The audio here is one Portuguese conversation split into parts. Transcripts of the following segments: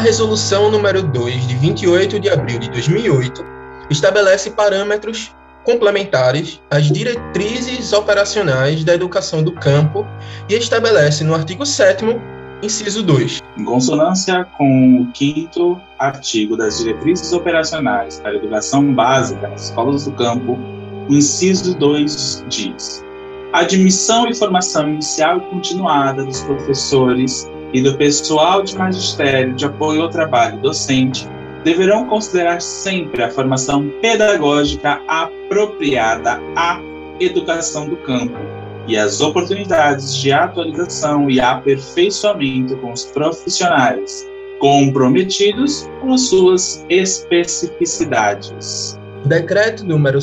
Resolução número 2, de 28 de abril de 2008, estabelece parâmetros complementares às diretrizes operacionais da educação do campo e estabelece no artigo 7º, inciso 2. Em consonância com o 5º artigo das diretrizes operacionais para a educação básica nas escolas do campo, o inciso 2 diz: a admissão e formação inicial e continuada dos professores e do pessoal de magistério de apoio ao trabalho docente deverão considerar sempre a formação pedagógica apropriada à educação do campo e as oportunidades de atualização e aperfeiçoamento com os profissionais comprometidos com as suas especificidades. O decreto número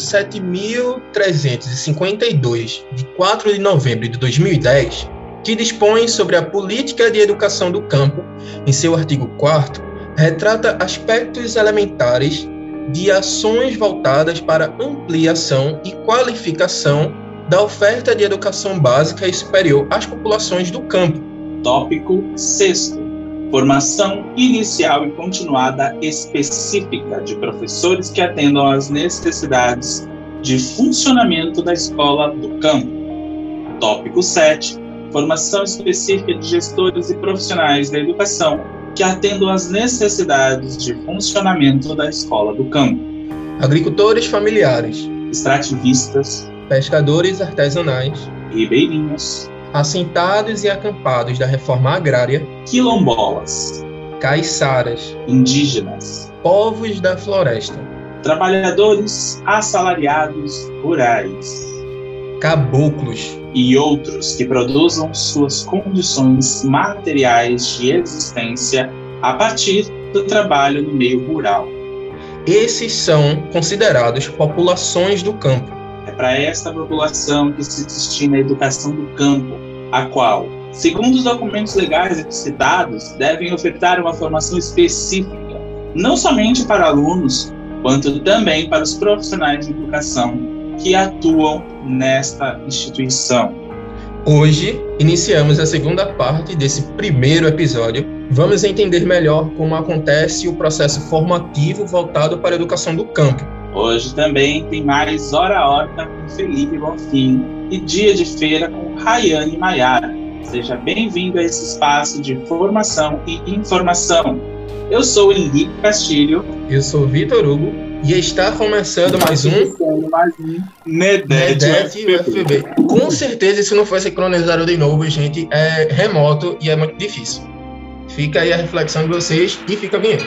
7.352, de 4 de novembro de 2010, que dispõe sobre a política de educação do campo, em seu artigo 4º, retrata aspectos elementares de ações voltadas para ampliação e qualificação da oferta de educação básica e superior às populações do campo. Tópico 6º. Formação inicial e continuada específica de professores que atendam às necessidades de funcionamento da escola do campo. Tópico 7. Formação específica de gestores e profissionais da educação que atendam às necessidades de funcionamento da escola do campo. Agricultores familiares, extrativistas, pescadores artesanais, ribeirinhos, assentados e acampados da reforma agrária, quilombolas, caiçaras, indígenas, povos da floresta, trabalhadores assalariados rurais, caboclos e outros que produzam suas condições materiais de existência a partir do trabalho no meio rural. Esses são considerados populações do campo. É para esta população que se destina a educação do campo, a qual, segundo os documentos legais aqui citados, devem ofertar uma formação específica, não somente para alunos, quanto também para os profissionais de educação que atuam nesta instituição. Hoje, iniciamos a segunda parte desse primeiro episódio. Vamos entender melhor como acontece o processo formativo voltado para a educação do campo. Hoje também tem mais Hora a Horta com Felipe Bonfim e Dia de Feira com Rayane Maiara. Seja bem-vindo a esse espaço de formação e informação. Eu sou Henrique Castilho. Eu sou Vitor Hugo. E está começando mais um Nedete UFB. Com certeza, se não for sincronizado de novo, gente, é remoto e é muito difícil. Fica aí a reflexão de vocês e fica a vinheta.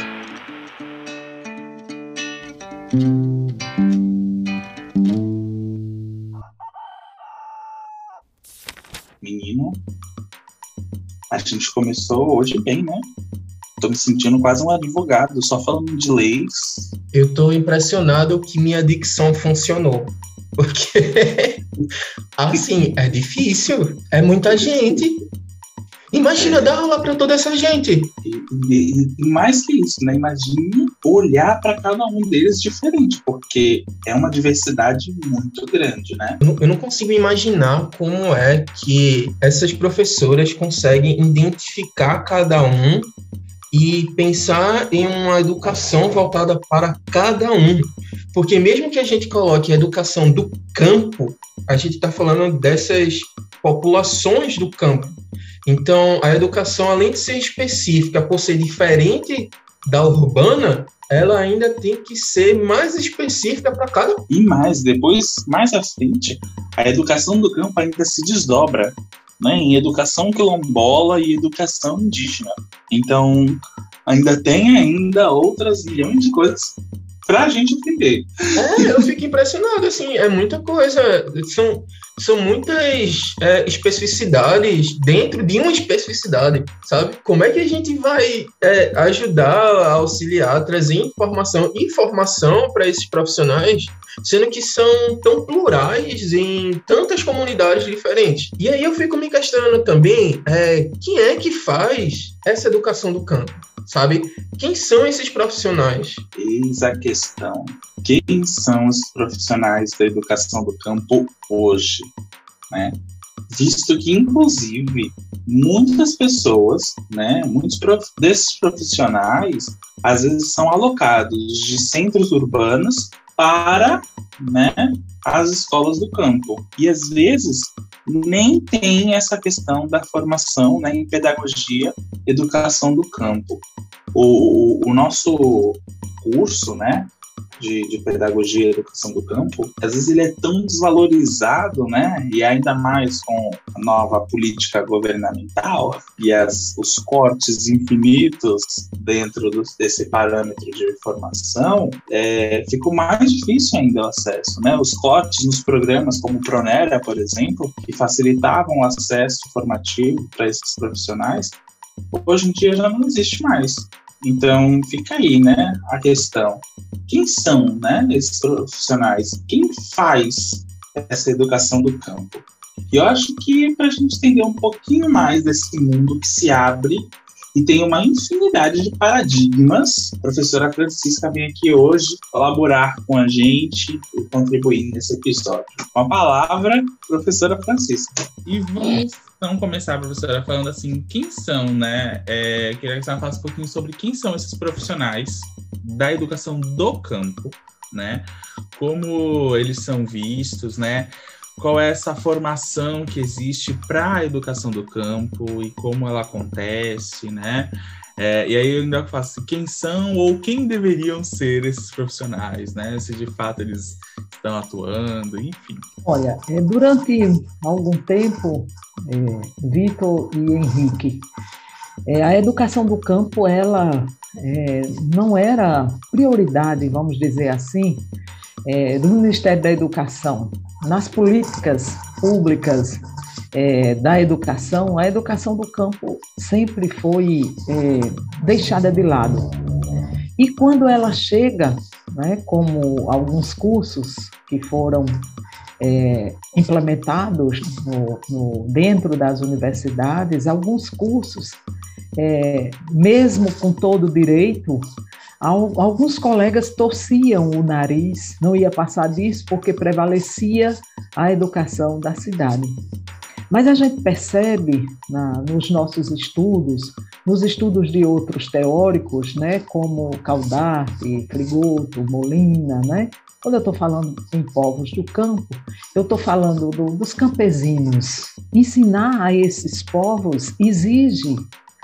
Menino, a gente começou hoje bem, né? Tô me sentindo quase um advogado, só falando de leis. Eu tô impressionado que minha dicção funcionou. Porque, assim, é difícil. É muita gente. Imagina dar aula para toda essa gente. E mais que isso, né? Imagine olhar para cada um deles diferente, porque é uma diversidade muito grande, né? Eu não consigo imaginar como é que essas professoras conseguem identificar cada um e pensar em uma educação voltada para cada um. Porque mesmo que a gente coloque a educação do campo, a gente está falando dessas populações do campo. Então, a educação, além de ser específica, por ser diferente da urbana, ela ainda tem que ser mais específica para cada um. E mais, depois, mais à frente, a educação do campo ainda se desdobra, né, em educação quilombola e educação indígena. Então, ainda tem outras milhões de coisas pra gente entender. Eu fico impressionado, assim, é muita coisa. São muitas especificidades dentro de uma especificidade, sabe? Como é que a gente vai ajudar a auxiliar, a trazer informação para esses profissionais, sendo que são tão plurais em tantas comunidades diferentes? E aí eu fico me questionando também, quem é que faz essa educação do campo? Sabe? Quem são esses profissionais? Eis a questão. Quem são os profissionais da educação do campo hoje? Né? visto que, inclusive, muitas pessoas, né, desses profissionais, às vezes são alocados de centros urbanos para, né, as escolas do campo. E, às vezes, nem tem essa questão da formação, né, em pedagogia, educação do campo. O nosso curso, né, de pedagogia e educação do campo, às vezes ele é tão desvalorizado, né, e ainda mais com a nova política governamental e os cortes infinitos dentro desse parâmetro de formação, ficou mais difícil ainda o acesso, né, os cortes nos programas como o Pronera, por exemplo, que facilitavam o acesso formativo para esses profissionais, hoje em dia já não existe mais. Então, fica aí, né, a questão. Quem são, né, esses profissionais? Quem faz essa educação do campo? E eu acho que para a gente entender um pouquinho mais desse mundo que se abre e tem uma infinidade de paradigmas, a professora Francisca vem aqui hoje colaborar com a gente e contribuir nesse episódio. Com a palavra, professora Francisca. E vamos então começar, professora, falando assim, quem são, né? Queria que a senhora falasse um pouquinho sobre quem são esses profissionais da educação do campo, né? Como eles são vistos, né? Qual é essa formação que existe para a educação do campo e como ela acontece, né? E aí eu ainda faço assim, quem são ou quem deveriam ser esses profissionais, né? Se de fato eles estão atuando, enfim. Olha, durante algum tempo, Vitor e Henrique, a educação do campo, ela não era prioridade, vamos dizer assim, do Ministério da Educação. Nas políticas públicas da educação, a educação do campo sempre foi deixada de lado. E quando ela chega, né, como alguns cursos que foram implementados dentro das universidades, alguns cursos, mesmo com todo o direito, alguns colegas torciam o nariz, não ia passar disso porque prevalecia a educação da cidade. Mas a gente percebe nos nossos estudos, nos estudos de outros teóricos, né, como Caldarte, Frigoto, Molina, né? Quando eu estou falando em povos do campo, eu estou falando dos campesinos. Ensinar a esses povos exige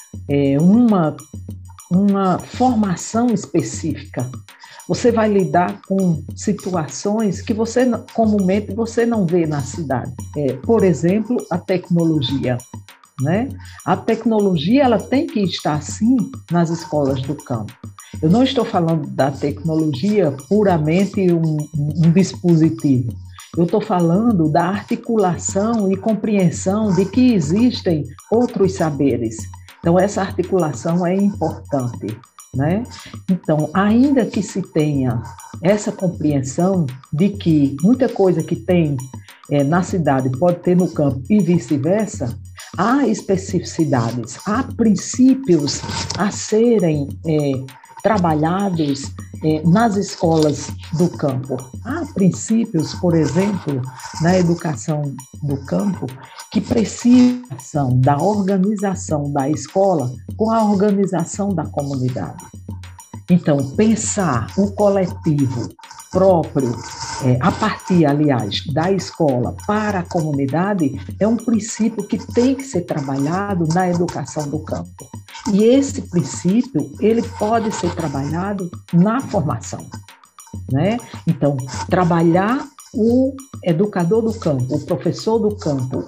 uma formação específica. Você vai lidar com situações que comumente você não vê na cidade. Por exemplo, a tecnologia, né? A tecnologia ela tem que estar, sim, nas escolas do campo. Eu não estou falando da tecnologia puramente um dispositivo. Eu estou falando da articulação e compreensão de que existem outros saberes. Então, essa articulação é importante, né? Então, ainda que se tenha essa compreensão de que muita coisa que tem na cidade pode ter no campo e vice-versa, há especificidades, há princípios a serem trabalhados nas escolas do campo. Há princípios, por exemplo, na educação do campo, que precisam da organização da escola com a organização da comunidade. Então, pensar o coletivo próprio, a partir, aliás, da escola para a comunidade, é um princípio que tem que ser trabalhado na educação do campo. E esse princípio, ele pode ser trabalhado na formação, né? Então, trabalhar o educador do campo, o professor do campo,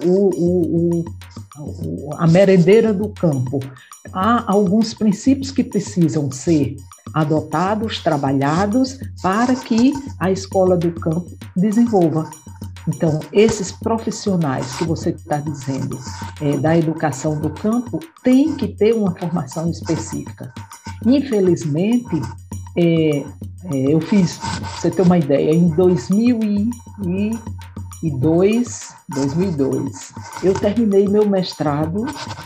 a merendeira do campo. Há alguns princípios que precisam ser adotados, trabalhados, para que a escola do campo desenvolva. Então, esses profissionais que você está dizendo da educação do campo têm que ter uma formação específica. Infelizmente, eu fiz, pra você ter uma ideia, em 2002, eu terminei meu mestrado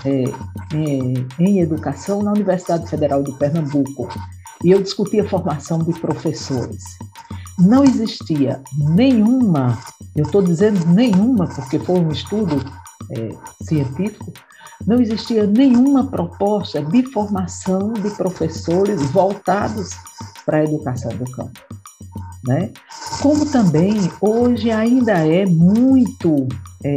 em educação na Universidade Federal de Pernambuco e eu discuti a formação de professores. Não existia nenhuma, eu estou dizendo nenhuma, porque foi um estudo científico, não existia nenhuma proposta de formação de professores voltados para a educação do campo, né? Como também hoje ainda é muito,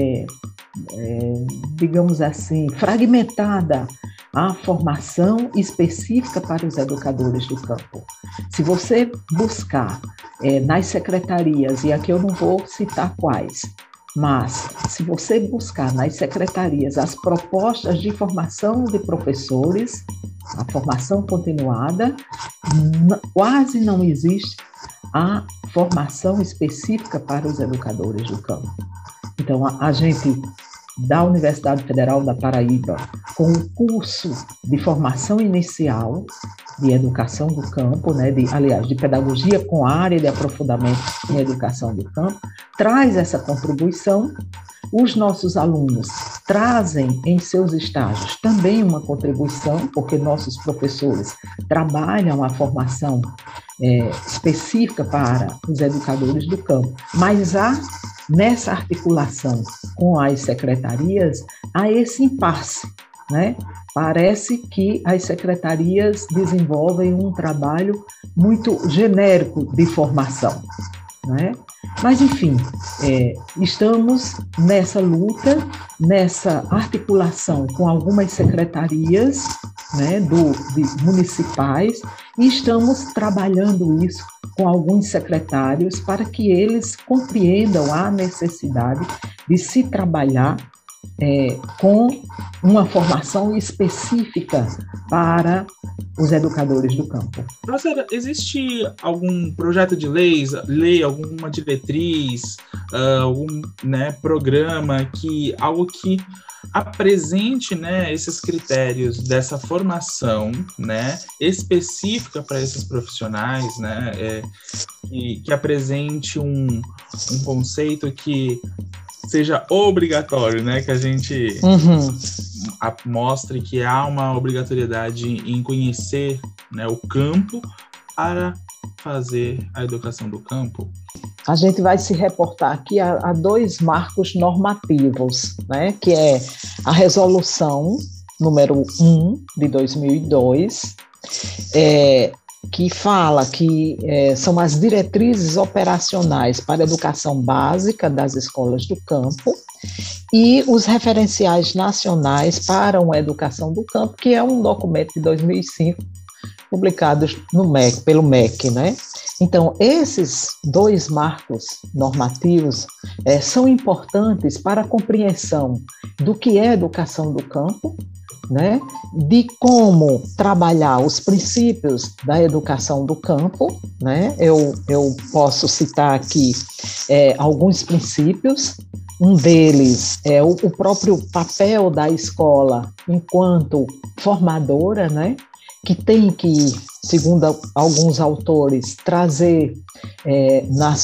digamos assim, fragmentada a formação específica para os educadores do campo. Se você buscar nas secretarias, e aqui eu não vou citar quais, mas se você buscar nas secretarias as propostas de formação de professores, a formação continuada, quase não existe a formação específica para os educadores do campo. Então, a gente da Universidade Federal da Paraíba, com o curso de formação inicial de educação do campo, né, de pedagogia com área de aprofundamento em educação do campo, traz essa contribuição. Os nossos alunos trazem em seus estágios também uma contribuição, porque nossos professores trabalham a formação específica para os educadores do campo, mas nessa articulação com as secretarias, há esse impasse, né? Parece que as secretarias desenvolvem um trabalho muito genérico de formação, né? Mas, enfim, estamos nessa luta, nessa articulação com algumas secretarias, né, municipais, e estamos trabalhando isso com alguns secretários para que eles compreendam a necessidade de se trabalhar com uma formação específica para os educadores do campo. Professora, existe algum projeto de lei, alguma diretriz, algum programa, algo que apresente, né, esses critérios dessa formação, né, específica para esses profissionais, né, que apresente um conceito que seja obrigatório, né, que a gente mostre que há uma obrigatoriedade em conhecer, né, o campo para fazer a educação do campo? A gente vai se reportar aqui a dois marcos normativos, né, que é a resolução número 1 de 2002, que fala que são as diretrizes operacionais para a educação básica das escolas do campo, e os referenciais nacionais para uma educação do campo, que é um documento de 2005, publicados pelo MEC, né? Então, esses dois marcos normativos são importantes para a compreensão do que é educação do campo, né? De como trabalhar os princípios da educação do campo, né? Eu posso citar aqui alguns princípios. Um deles é o próprio papel da escola enquanto formadora, né? Que tem que, segundo alguns autores, trazer nas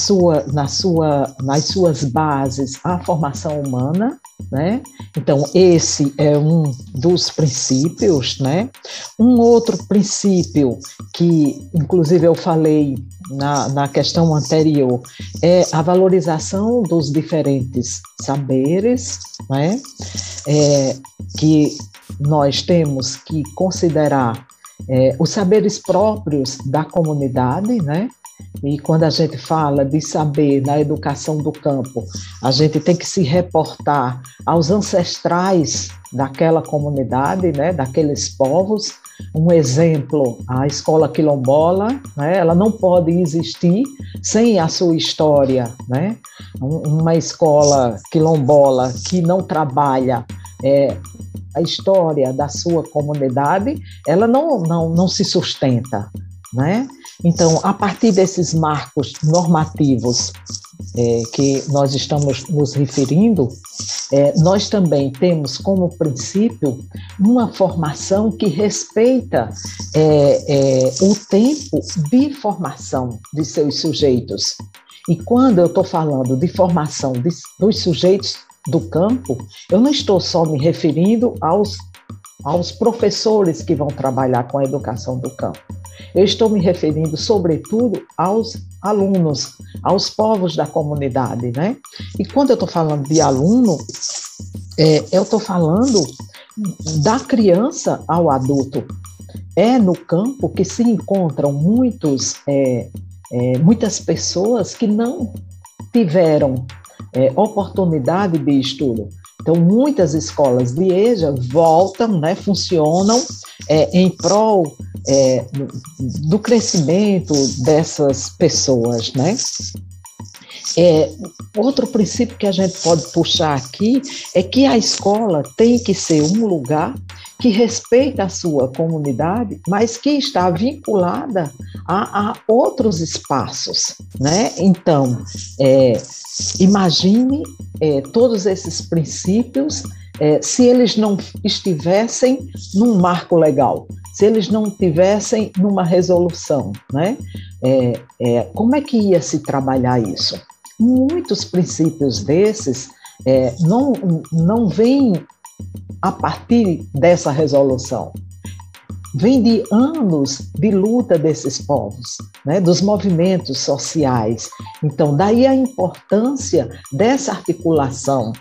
suas bases a formação humana, né? Então, esse é um dos princípios, né? Um outro princípio que, inclusive, eu falei na questão anterior, é a valorização dos diferentes saberes, né? Que nós temos que considerar os saberes próprios da comunidade, né? E quando a gente fala de saber na educação do campo, a gente tem que se reportar aos ancestrais daquela comunidade, né? Daqueles povos. Um exemplo, a escola quilombola, né? Ela não pode existir sem a sua história, né? Uma escola quilombola que não trabalha a história da sua comunidade, ela não se sustenta, né? Então, a partir desses marcos normativos que nós estamos nos referindo, nós também temos como princípio uma formação que respeita o tempo de formação de seus sujeitos. E quando eu estou falando de formação dos sujeitos do campo, eu não estou só me referindo aos professores que vão trabalhar com a educação do campo. Eu estou me referindo, sobretudo, aos alunos, aos povos da comunidade, né? E quando eu estou falando de aluno, Eu estou falando da criança ao adulto. É no campo que se encontram muitas pessoas que não tiveram oportunidade de estudo. Então, muitas escolas de EJA voltam, né, funcionam em prol do crescimento dessas pessoas, né? Outro princípio que a gente pode puxar aqui é que a escola tem que ser um lugar que respeita a sua comunidade, mas que está vinculada a outros espaços, né? Então, imagine todos esses princípios se eles não estivessem num marco legal, se eles não tivessem numa resolução, né? Como é que ia se trabalhar isso? Muitos princípios desses não vêm a partir dessa resolução. Vem de anos de luta desses povos, né, dos movimentos sociais. Então, daí a importância dessa articulação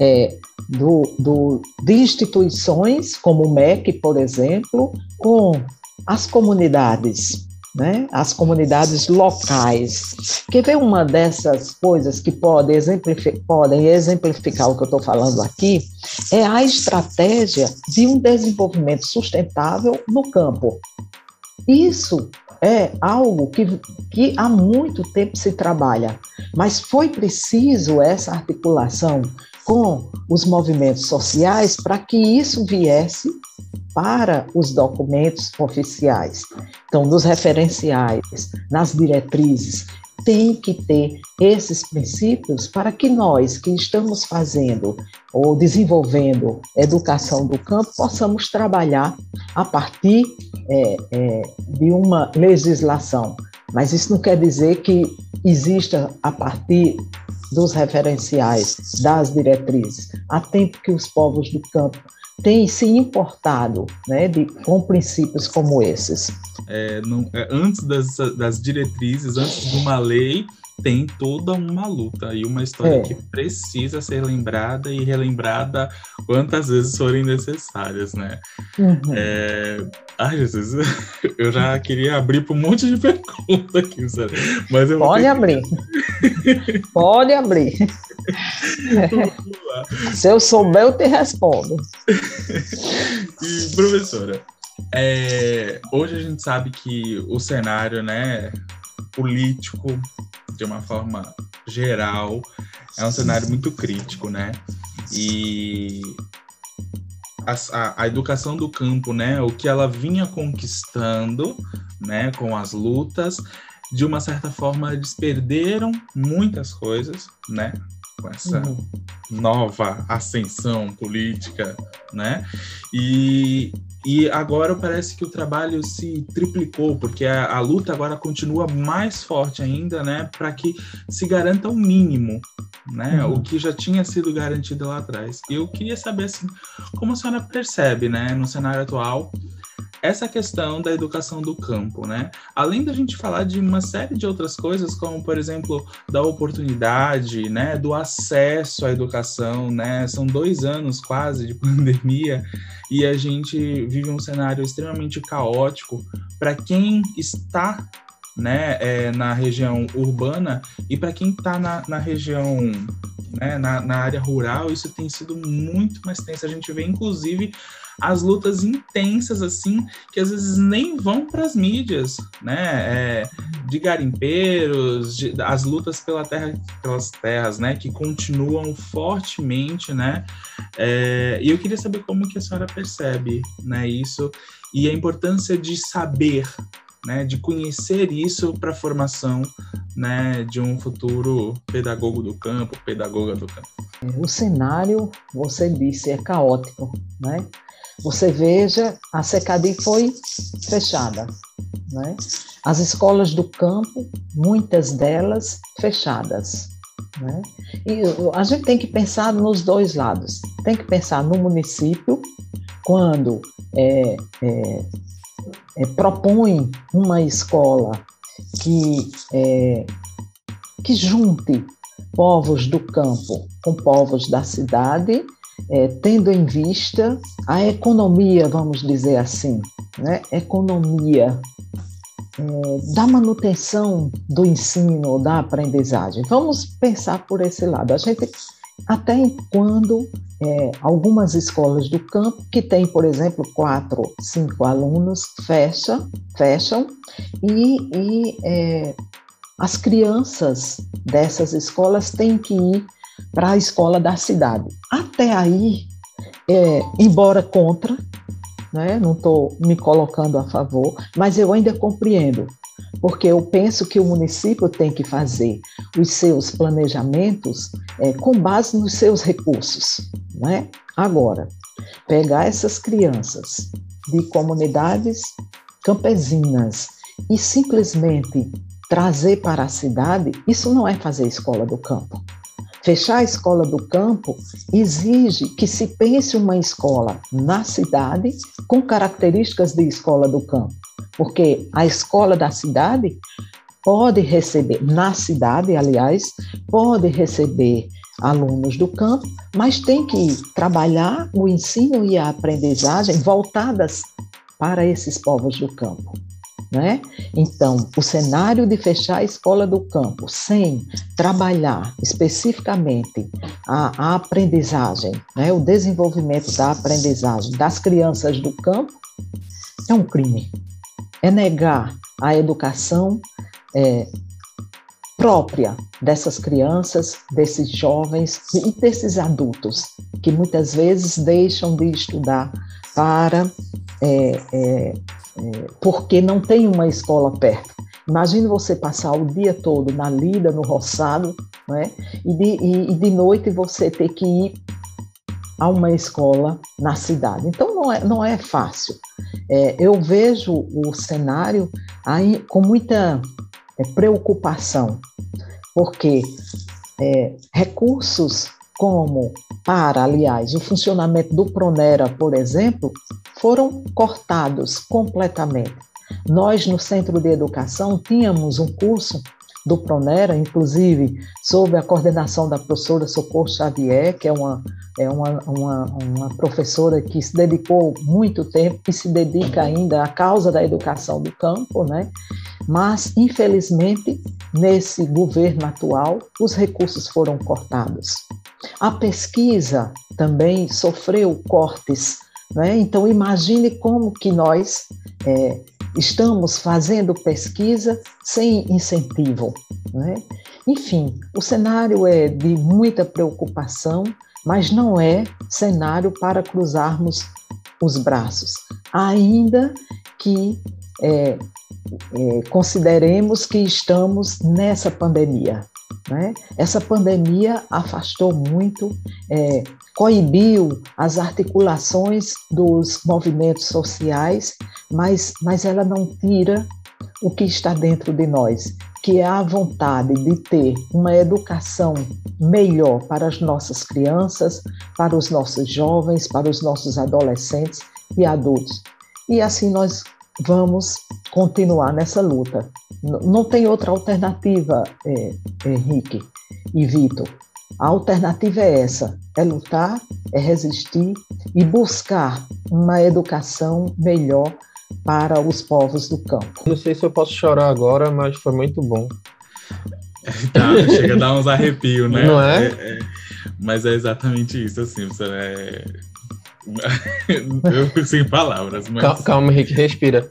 de instituições como o MEC, por exemplo, com as comunidades, né, as comunidades locais. Quer ver uma dessas coisas que podem exemplificar o que eu estou falando aqui? É a estratégia de um desenvolvimento sustentável no campo. Isso é algo que há muito tempo se trabalha, mas foi preciso essa articulação com os movimentos sociais para que isso viesse para os documentos oficiais. Então, nos referenciais, nas diretrizes, tem que ter esses princípios para que nós, que estamos fazendo ou desenvolvendo educação do campo, possamos trabalhar a partir de uma legislação. Mas isso não quer dizer que exista a partir dos referenciais, das diretrizes. Há tempo que os povos do campo têm se importado, né, com princípios como esses. Antes das diretrizes, antes de uma lei, tem toda uma luta e uma história que precisa ser lembrada e relembrada quantas vezes forem necessárias, né? Uhum. Ai, Jesus, eu já queria abrir para um monte de perguntas aqui, sabe? Mas eu Pode abrir. Pode abrir. Se eu souber, eu te respondo. E, professora, hoje a gente sabe que o cenário, né, político, de uma forma geral, é um cenário muito crítico, né? E a educação do campo, né, o que ela vinha conquistando, né, com as lutas, de uma certa forma eles perderam muitas coisas, né, com essa nova ascensão política, né, e agora parece que o trabalho se triplicou, porque a luta agora continua mais forte ainda, né, para que se garanta o mínimo, né, o que já tinha sido garantido lá atrás. E eu queria saber, assim, como a senhora percebe, né, no cenário atual, essa questão da educação do campo, né? Além da gente falar de uma série de outras coisas, como, por exemplo, da oportunidade, né, do acesso à educação, né? São 2 anos quase de pandemia e a gente vive um cenário extremamente caótico para quem está, né, na região urbana e para quem está na região, né, na área rural. Isso tem sido muito mais tenso. A gente vê, inclusive, as lutas intensas, assim, que às vezes nem vão para as mídias, né, de garimpeiros, as lutas pelas terras, né, que continuam fortemente, né, e eu queria saber como que a senhora percebe, né, isso, e a importância de saber, né, de conhecer isso para a formação, né, de um futuro pedagogo do campo, pedagoga do campo. O cenário, você disse, é caótico, né? Você veja, a SECADI foi fechada, né? As escolas do campo, muitas delas fechadas, né? E a gente tem que pensar nos dois lados. Tem que pensar no município, quando propõe uma escola que junte povos do campo com povos da cidade, tendo em vista a economia, vamos dizer assim, né? Economia da manutenção do ensino, da aprendizagem. Vamos pensar por esse lado. A gente, até quando algumas escolas do campo, que tem, por exemplo, 4, 5 alunos, fecham e as crianças dessas escolas têm que ir para a escola da cidade. Até aí, embora contra, né, não estou me colocando a favor, mas eu ainda compreendo, porque eu penso que o município tem que fazer os seus planejamentos com base nos seus recursos, né? Agora, pegar essas crianças de comunidades campesinas e simplesmente trazer para a cidade, isso não é fazer escola do campo. Fechar a escola do campo exige que se pense uma escola na cidade com características de escola do campo, porque a escola da cidade pode receber, na cidade, aliás, pode receber alunos do campo, mas tem que trabalhar o ensino e a aprendizagem voltadas para esses povos do campo, né? Então, o cenário de fechar a escola do campo sem trabalhar especificamente a aprendizagem, né, o desenvolvimento da aprendizagem das crianças do campo, é um crime. É negar a educação própria dessas crianças, desses jovens e desses adultos, que muitas vezes deixam de estudar porque não tem uma escola perto. Imagine você passar o dia todo na lida, no roçado, né? E de noite você ter que ir a uma escola na cidade. Então não é fácil. Eu vejo o cenário aí com muita preocupação, porque recursos como aliás, o funcionamento do Pronera, por exemplo, foram cortados completamente. Nós, no Centro de Educação, tínhamos um curso do Pronera, inclusive sob a coordenação da professora Socorro Xavier, que é uma professora que se dedicou muito tempo e se dedica ainda à causa da educação do campo, né? Mas, infelizmente, nesse governo atual, os recursos foram cortados. A pesquisa também sofreu cortes, né? Então, imagine como que nós estamos fazendo pesquisa sem incentivo, né? Enfim, o cenário é de muita preocupação, mas não é cenário para cruzarmos os braços, ainda que consideremos que estamos nessa pandemia, né? Essa pandemia afastou muito, coibiu as articulações dos movimentos sociais, mas ela não tira o que está dentro de nós, que é a vontade de ter uma educação melhor para as nossas crianças, para os nossos jovens, para os nossos adolescentes e adultos. E assim nós vamos continuar nessa luta. Não tem outra alternativa, Henrique e Vitor. A alternativa é essa, é lutar, é resistir e buscar uma educação melhor para os povos do campo. Não sei se eu posso chorar agora, mas foi muito bom. Tá, chega a dar uns arrepios, né? Não é? Mas é exatamente isso, assim, você eu sem palavras, mas... Calma, Henrique, respira.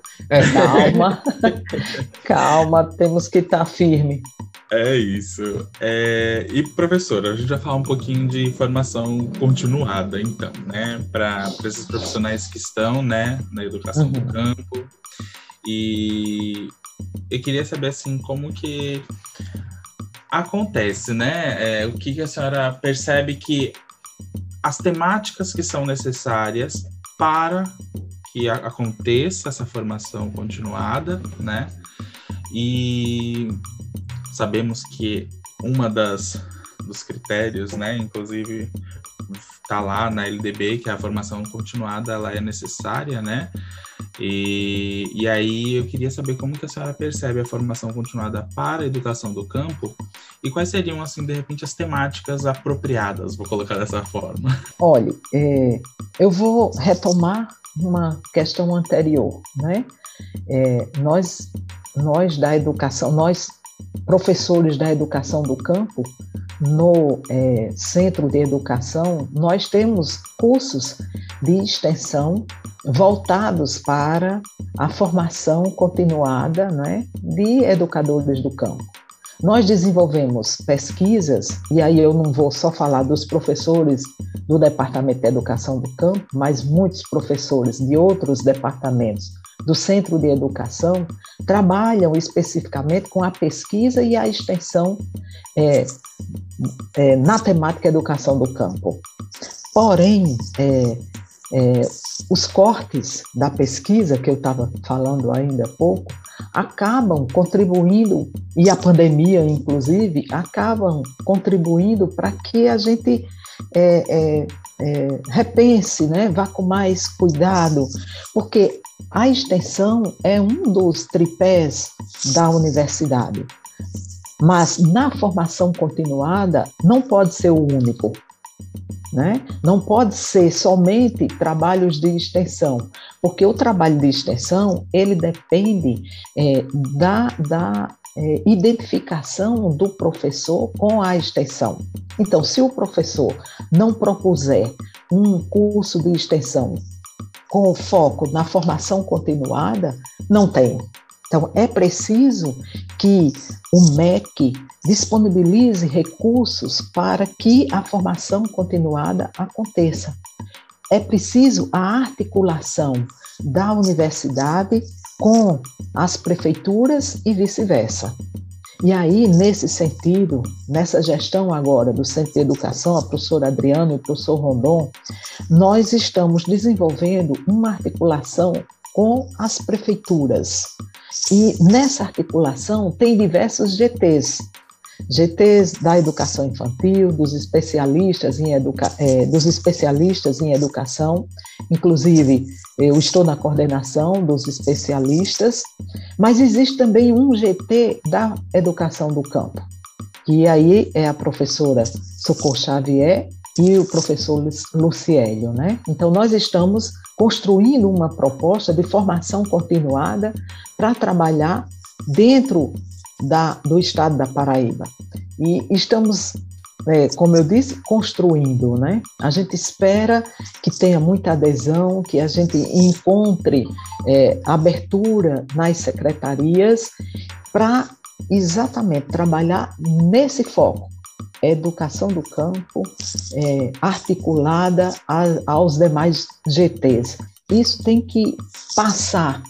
Calma, temos que estar firme. É isso. E, professora, a gente vai falar um pouquinho de formação continuada, então, né? Para esses profissionais que estão, né, na educação do campo. E eu queria saber, assim, como que acontece, né? O que a senhora percebe que as temáticas que são necessárias para que aconteça essa formação continuada, né? E sabemos que dos critérios, né, inclusive está lá na LDB, que a formação continuada ela é necessária, né? E aí eu queria saber como que a senhora percebe a formação continuada para a educação do campo e quais seriam, assim, de repente, as temáticas apropriadas, vou colocar dessa forma. Olha, eu vou retomar uma questão anterior, né? Nós da educação, nós professores da educação do campo, no Centro de Educação, nós temos cursos de extensão voltados para a formação continuada, né, de educadores do campo. Nós desenvolvemos pesquisas, e aí eu não vou só falar dos professores do Departamento de Educação do Campo, mas muitos professores de outros departamentos do Centro de Educação trabalham especificamente com a pesquisa e a extensão na temática educação do campo. Porém, os cortes da pesquisa, que eu estava falando ainda há pouco, acabam contribuindo, e a pandemia, inclusive, acabam contribuindo para que a gente repense, né? Vá com mais cuidado, porque a extensão é um dos tripés da universidade, mas na formação continuada não pode ser o único, né? Não pode ser somente trabalhos de extensão, porque o trabalho de extensão, ele depende da identificação do professor com a extensão. Então, se o professor não propuser um curso de extensão com foco na formação continuada, não tem. Então, é preciso que o MEC disponibilize recursos para que a formação continuada aconteça. É preciso a articulação da universidade com as prefeituras e vice-versa. E aí, nesse sentido, nessa gestão agora do Centro de Educação, a professora Adriana e o professor Rondon, nós estamos desenvolvendo uma articulação com as prefeituras. E nessa articulação tem diversos GTs da educação infantil, dos especialistas em educação, inclusive eu estou na coordenação dos especialistas, mas existe também um GT da educação do campo, que aí é a professora Socorro Xavier e o professor Luciélio, né? Então, nós estamos construindo uma proposta de formação continuada para trabalhar dentro do estado da Paraíba. E estamos, como eu disse, construindo, né? A gente espera que tenha muita adesão, que a gente encontre abertura nas secretarias para exatamente trabalhar nesse foco. Educação do campo articulada aos demais GTs. Isso tem que passar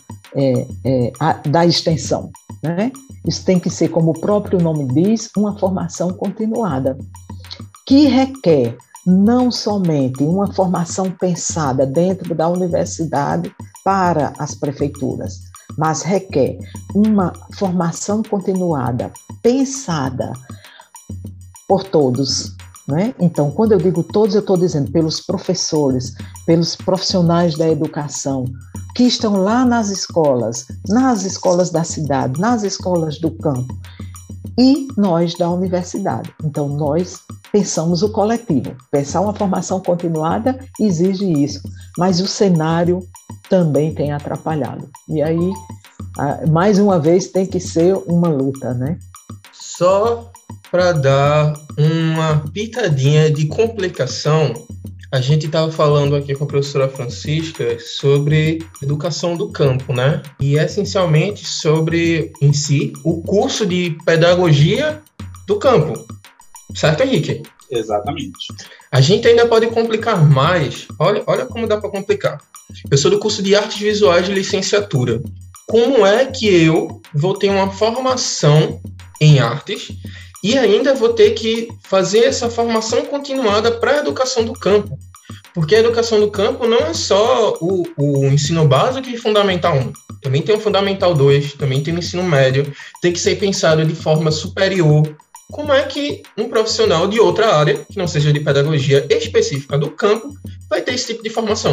da extensão, né? Isso tem que ser, como o próprio nome diz, uma formação continuada, que requer não somente uma formação pensada dentro da universidade para as prefeituras, mas requer uma formação continuada, pensada por todos, né? Então, quando eu digo todos, eu estou dizendo pelos professores, pelos profissionais da educação, que estão lá nas escolas da cidade, nas escolas do campo, e nós da universidade. Então, nós pensamos o coletivo. Pensar uma formação continuada exige isso, mas o cenário também tem atrapalhado. E aí, mais uma vez, tem que ser uma luta, né? Só para dar uma pitadinha de complicação, a gente estava falando aqui com a professora Francisca sobre educação do campo, né? E essencialmente sobre, em si, o curso de pedagogia do campo. Certo, Henrique? Exatamente. A gente ainda pode complicar mais. Olha como dá para complicar. Eu sou do curso de artes visuais de licenciatura. Como é que eu vou ter uma formação em artes e ainda vou ter que fazer essa formação continuada para a educação do campo? Porque a educação do campo não é só o ensino básico e fundamental 1. Também tem o fundamental 2, também tem o ensino médio. Tem que ser pensado de forma superior. Como é que um profissional de outra área, que não seja de pedagogia específica do campo, vai ter esse tipo de formação?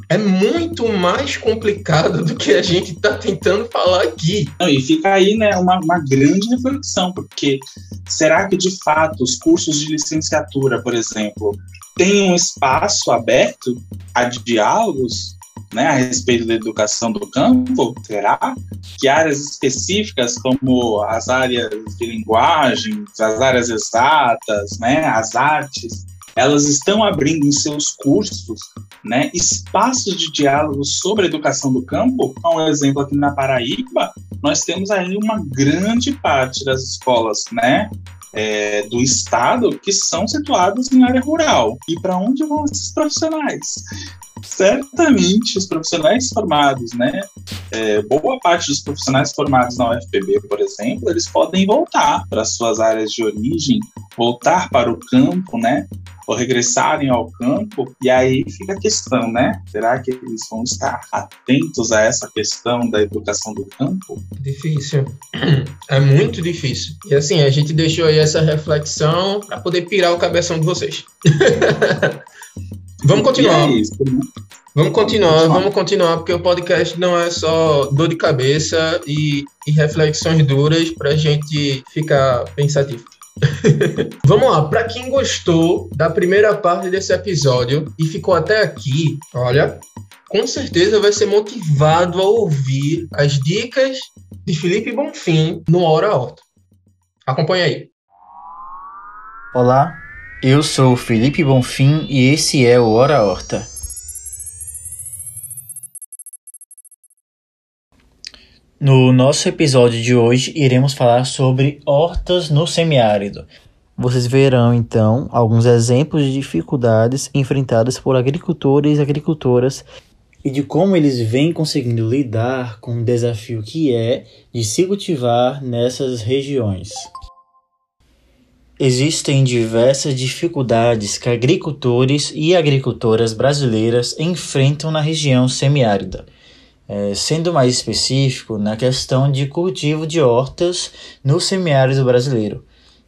é muito mais complicado do que a gente está tentando falar aqui. Não, e fica aí, né, uma grande reflexão, porque será que, de fato, os cursos de licenciatura, por exemplo, têm um espaço aberto a diálogos, né, a respeito da educação do campo? Será que áreas específicas, como as áreas de linguagem, as áreas exatas, né, as artes, elas estão abrindo em seus cursos, né, espaços de diálogo sobre a educação do campo? Um exemplo, aqui na Paraíba, nós temos aí uma grande parte das escolas, né, do estado que são situadas em área rural. E para onde vão esses profissionais? Certamente os profissionais formados, né, boa parte dos profissionais formados na UFPB, por exemplo, eles podem voltar para suas áreas de origem, voltar para o campo, né, ou regressarem ao campo, e aí fica a questão, né, será que eles vão estar atentos a essa questão da educação do campo? Difícil, é muito difícil. E assim, a gente deixou aí essa reflexão para poder pirar o cabeção de vocês. Vamos continuar. E é isso, né? Vamos continuar, porque o podcast não é só dor de cabeça e reflexões duras para a gente ficar pensativo. Vamos lá, para quem gostou da primeira parte desse episódio e ficou até aqui, olha, com certeza vai ser motivado a ouvir as dicas de Felipe Bonfim no Hora Horta. Acompanha aí. Olá, eu sou o Felipe Bonfim e esse é o Hora Horta. No nosso episódio de hoje, iremos falar sobre hortas no semiárido. Vocês verão, então, alguns exemplos de dificuldades enfrentadas por agricultores e agricultoras e de como eles vêm conseguindo lidar com o desafio que é de se cultivar nessas regiões. Existem diversas dificuldades que agricultores e agricultoras brasileiras enfrentam na região semiárida. Sendo mais específico, na questão de cultivo de hortas no semiárido brasileiro.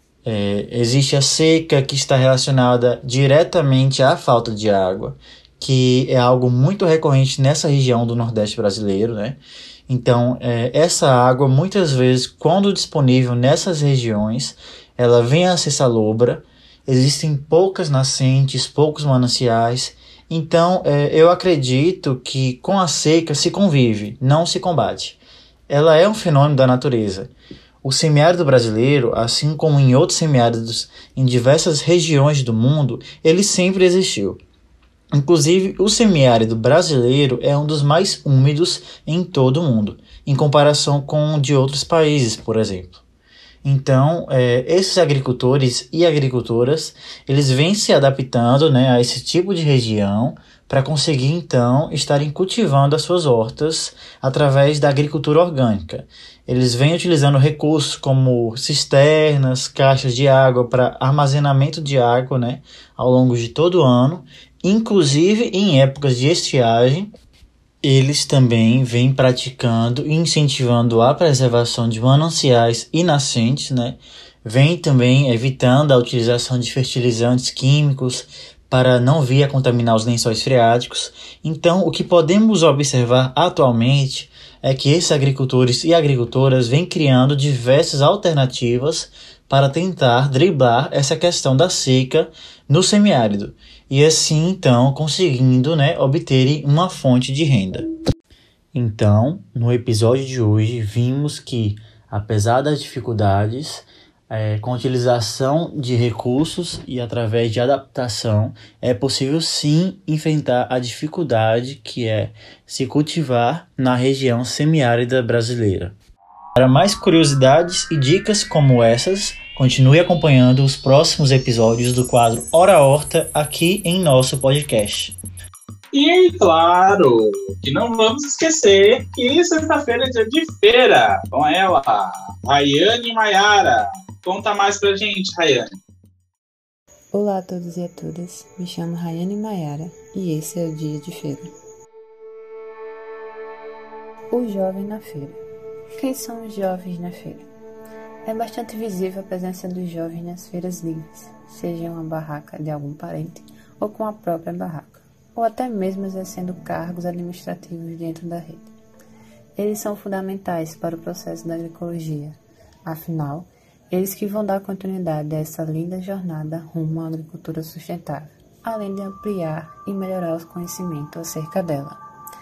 Existe a seca, que está relacionada diretamente à falta de água, que é algo muito recorrente nessa região do Nordeste brasileiro, né? Então, essa água, muitas vezes, quando disponível nessas regiões, ela vem a ser salobra, existem poucas nascentes, poucos mananciais. Então, eu acredito que com a seca se convive, não se combate. Ela é um fenômeno da natureza. O semiárido brasileiro, assim como em outros semiáridos em diversas regiões do mundo, ele sempre existiu. Inclusive, o semiárido brasileiro é um dos mais úmidos em todo o mundo, em comparação com o de outros países, por exemplo. Então, esses agricultores e agricultoras, eles vêm se adaptando, né, a esse tipo de região para conseguir, então, estarem cultivando as suas hortas através da agricultura orgânica. Eles vêm utilizando recursos como cisternas, caixas de água para armazenamento de água, né, ao longo de todo o ano, inclusive em épocas de estiagem. Eles também vêm praticando e incentivando a preservação de mananciais e nascentes, né? Vêm também evitando a utilização de fertilizantes químicos para não vir a contaminar os lençóis freáticos. Então, o que podemos observar atualmente é que esses agricultores e agricultoras vêm criando diversas alternativas para tentar driblar essa questão da seca no semiárido. E assim, então, conseguindo, né, obterem uma fonte de renda. Então, no episódio de hoje, vimos que, apesar das dificuldades, com a utilização de recursos e através de adaptação, é possível sim enfrentar a dificuldade que é se cultivar na região semiárida brasileira. Para mais curiosidades e dicas como essas, continue acompanhando os próximos episódios do quadro Hora Horta aqui em nosso podcast. E claro, que não vamos esquecer que sexta-feira é dia de feira, com ela, Rayane Maiara. Conta mais pra gente, Rayane. Olá a todos e a todas, me chamo Rayane Maiara e esse é o dia de feira. O jovem na feira. Quem são os jovens na feira? É bastante visível a presença dos jovens nas feiras livres, seja em uma barraca de algum parente ou com a própria barraca. ou até mesmo exercendo cargos administrativos dentro da rede. Eles são fundamentais para o processo da agroecologia, afinal, eles que vão dar continuidade a essa linda jornada rumo à agricultura sustentável, além de ampliar e melhorar os conhecimentos acerca dela.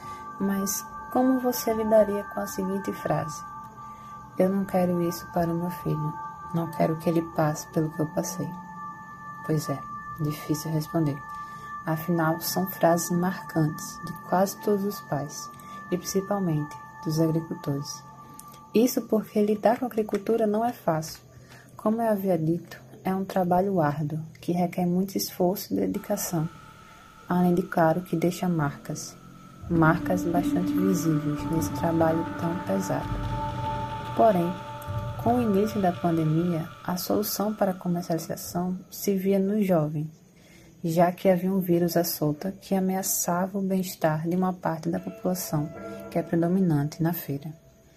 Mas como você lidaria com a seguinte frase? Eu não quero isso para o meu filho, não quero que ele passe pelo que eu passei. Pois é, difícil responder. Afinal, são frases marcantes de quase todos os pais, e principalmente dos agricultores. Isso porque lidar com a agricultura não é fácil. Como eu havia dito, é um trabalho árduo, que requer muito esforço e dedicação, além de, claro, que deixa marcas bastante visíveis nesse trabalho tão pesado. Porém, com o início da pandemia, a solução para a comercialização se via nos jovens, já que havia um vírus à solta que ameaçava o bem-estar de uma parte da população que é predominante na feira.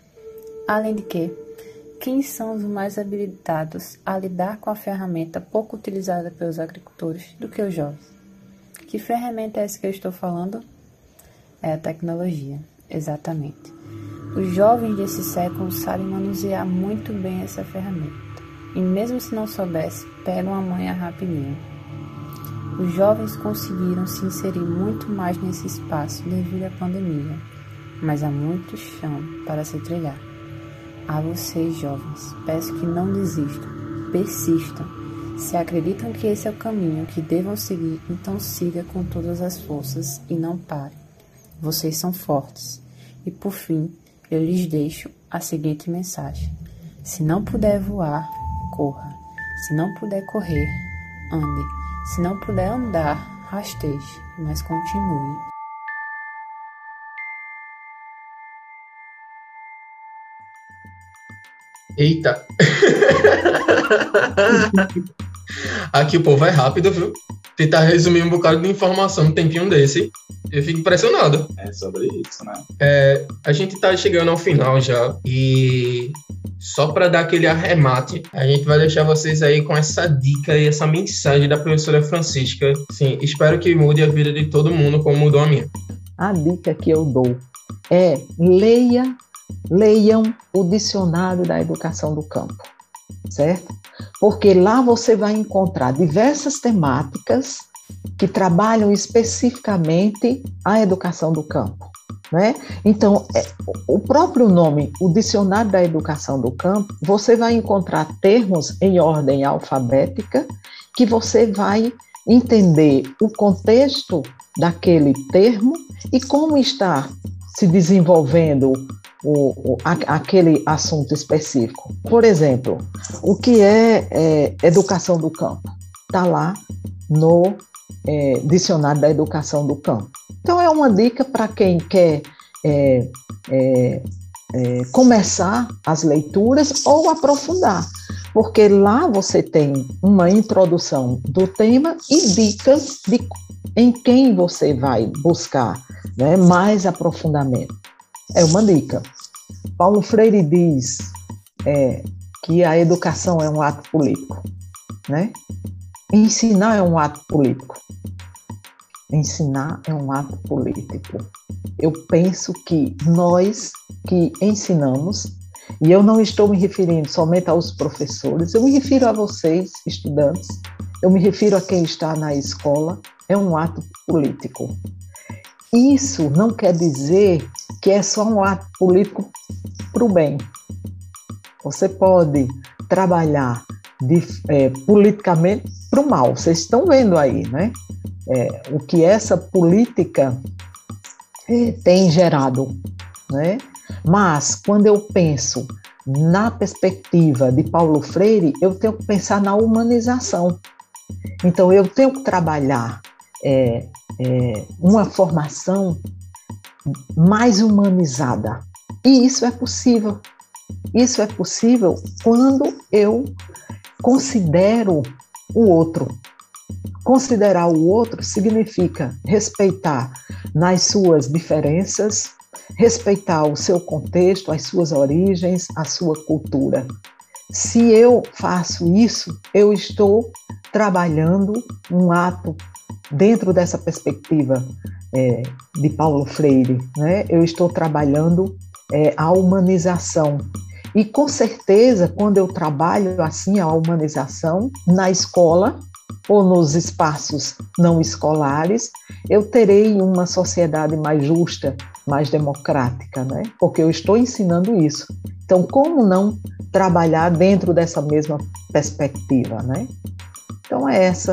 Além de que, quem são os mais habilitados a lidar com a ferramenta pouco utilizada pelos agricultores do que os jovens? Que ferramenta é essa que eu estou falando? É a tecnologia, exatamente. Os jovens desse século sabem manusear muito bem essa ferramenta, e mesmo se não soubesse, pegam a manha rapidinho. Os jovens conseguiram se inserir muito mais nesse espaço devido à pandemia, mas há muito chão para se trilhar. A vocês, jovens, peço que não desistam, persistam. Se acreditam que esse é o caminho que devam seguir, então siga com todas as forças e não pare. Vocês são fortes. E por fim, eu lhes deixo a seguinte mensagem. Se não puder voar, corra. Se não puder correr, ande. Se não puder andar, rasteje, mas continue. Eita! Aqui o povo é rápido, viu? Tentar resumir um bocado de informação num tempinho desse. Eu fico impressionado. É sobre isso, né? A gente tá chegando ao final já. E só para dar aquele arremate, a gente vai deixar vocês aí com essa dica e essa mensagem da professora Francisca. Sim, espero que mude a vida de todo mundo como mudou a minha. A dica que eu dou é leiam o Dicionário da Educação do Campo, certo? Porque lá você vai encontrar diversas temáticas que trabalham especificamente a educação do campo, né? Então, o próprio nome, o Dicionário da Educação do Campo, você vai encontrar termos em ordem alfabética que você vai entender o contexto daquele termo e como está se desenvolvendo aquele assunto específico. Por exemplo, o que é educação do campo? Está lá no Dicionário da Educação do Campo. Então, é uma dica para quem quer começar as leituras ou aprofundar, porque lá você tem uma introdução do tema e dicas em quem você vai buscar, né, mais aprofundamento. É uma dica. Paulo Freire diz que a educação é um ato político, né? Ensinar é um ato político. Ensinar é um ato político. Eu penso que nós que ensinamos, e eu não estou me referindo somente aos professores, eu me refiro a vocês, estudantes, eu me refiro a quem está na escola, é um ato político. Isso não quer dizer que é só um ato político para o bem. Você pode trabalhar politicamente para o mal. Vocês estão vendo aí, né? O que essa política tem gerado, né? Mas, quando eu penso na perspectiva de Paulo Freire, eu tenho que pensar na humanização. Então, eu tenho que trabalhar uma formação mais humanizada. E isso é possível. Isso é possível quando eu considero o outro. Considerar o outro significa respeitar nas suas diferenças, respeitar o seu contexto, as suas origens, a sua cultura. se eu faço isso, eu estou trabalhando um ato dentro dessa perspectiva de Paulo Freire, né? Eu estou trabalhando a humanização. E, com certeza, quando eu trabalho assim a humanização na escola ou nos espaços não escolares, eu terei uma sociedade mais justa, mais democrática, né? Porque eu estou ensinando isso. Então, como não trabalhar dentro dessa mesma perspectiva, né? Então,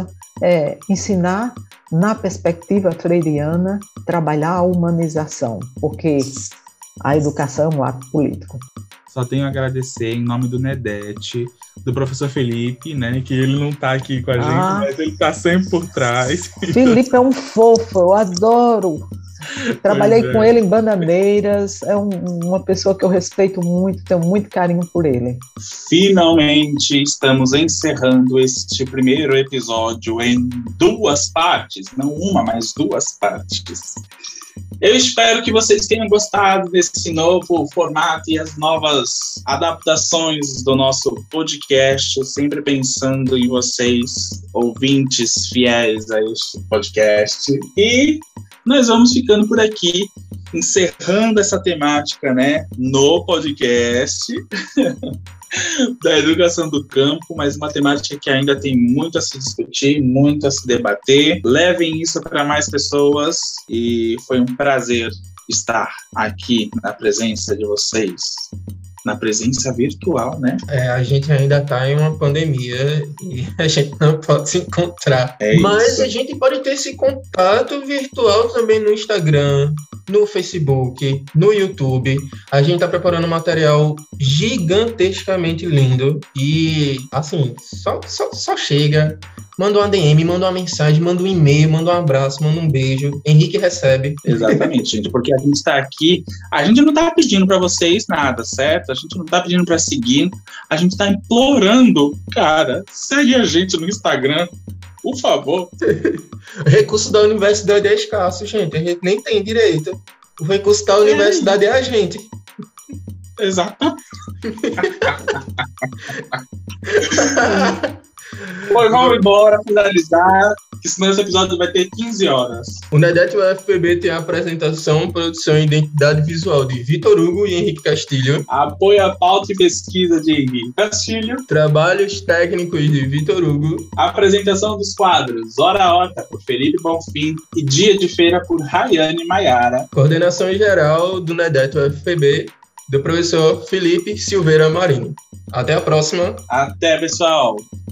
ensinar na perspectiva freiriana, trabalhar a humanização, porque a educação é um ato político. Só tenho a agradecer em nome do NEDET, do professor Felipe, né, que ele não está aqui com a gente, mas ele está sempre por trás. Felipe é um fofo, eu adoro. Trabalhei com ele em Bananeiras, é uma pessoa que eu respeito muito, tenho muito carinho por ele. Finalmente estamos encerrando este primeiro episódio em 2 partes, não uma, mas 2 partes. Eu espero que vocês tenham gostado desse novo formato e as novas adaptações do nosso podcast, sempre pensando em vocês, ouvintes fiéis a este podcast. E nós vamos ficando por aqui, encerrando essa temática, né, no podcast da educação do campo, mas uma temática que ainda tem muito a se discutir, muito a se debater. Levem isso para mais pessoas e foi um prazer estar aqui na presença de vocês. Na presença virtual, né? A gente ainda está em uma pandemia e a gente não pode se encontrar. Mas isso. A gente pode ter esse contato virtual também no Instagram, no Facebook, no YouTube. A gente está preparando um material gigantescamente lindo e, assim, só chega, manda uma DM, manda uma mensagem, manda um e-mail, manda um abraço, manda um beijo. Henrique recebe. Exatamente, gente, porque a gente está aqui, a gente não está pedindo para vocês nada, certo? A gente não está pedindo para seguir, a gente está implorando, cara, segue a gente no Instagram, por favor. O recurso da universidade é escasso, gente, a gente nem tem direito. O recurso da universidade é a gente. Exato. Pois vamos embora, finalizar, que senão esse episódio vai ter 15 horas. O NEDET UFPB tem a apresentação, produção e identidade visual de Vitor Hugo e Henrique Castilho. Apoio à pauta e pesquisa de Henrique Castilho. Trabalhos técnicos de Vitor Hugo. Apresentação dos quadros Hora a Horta por Felipe Bonfim e Dia de Feira por Rayane Maiara. Coordenação geral do NEDET UFPB, do professor Felipe Silveira Marinho. Até a próxima. Até, pessoal.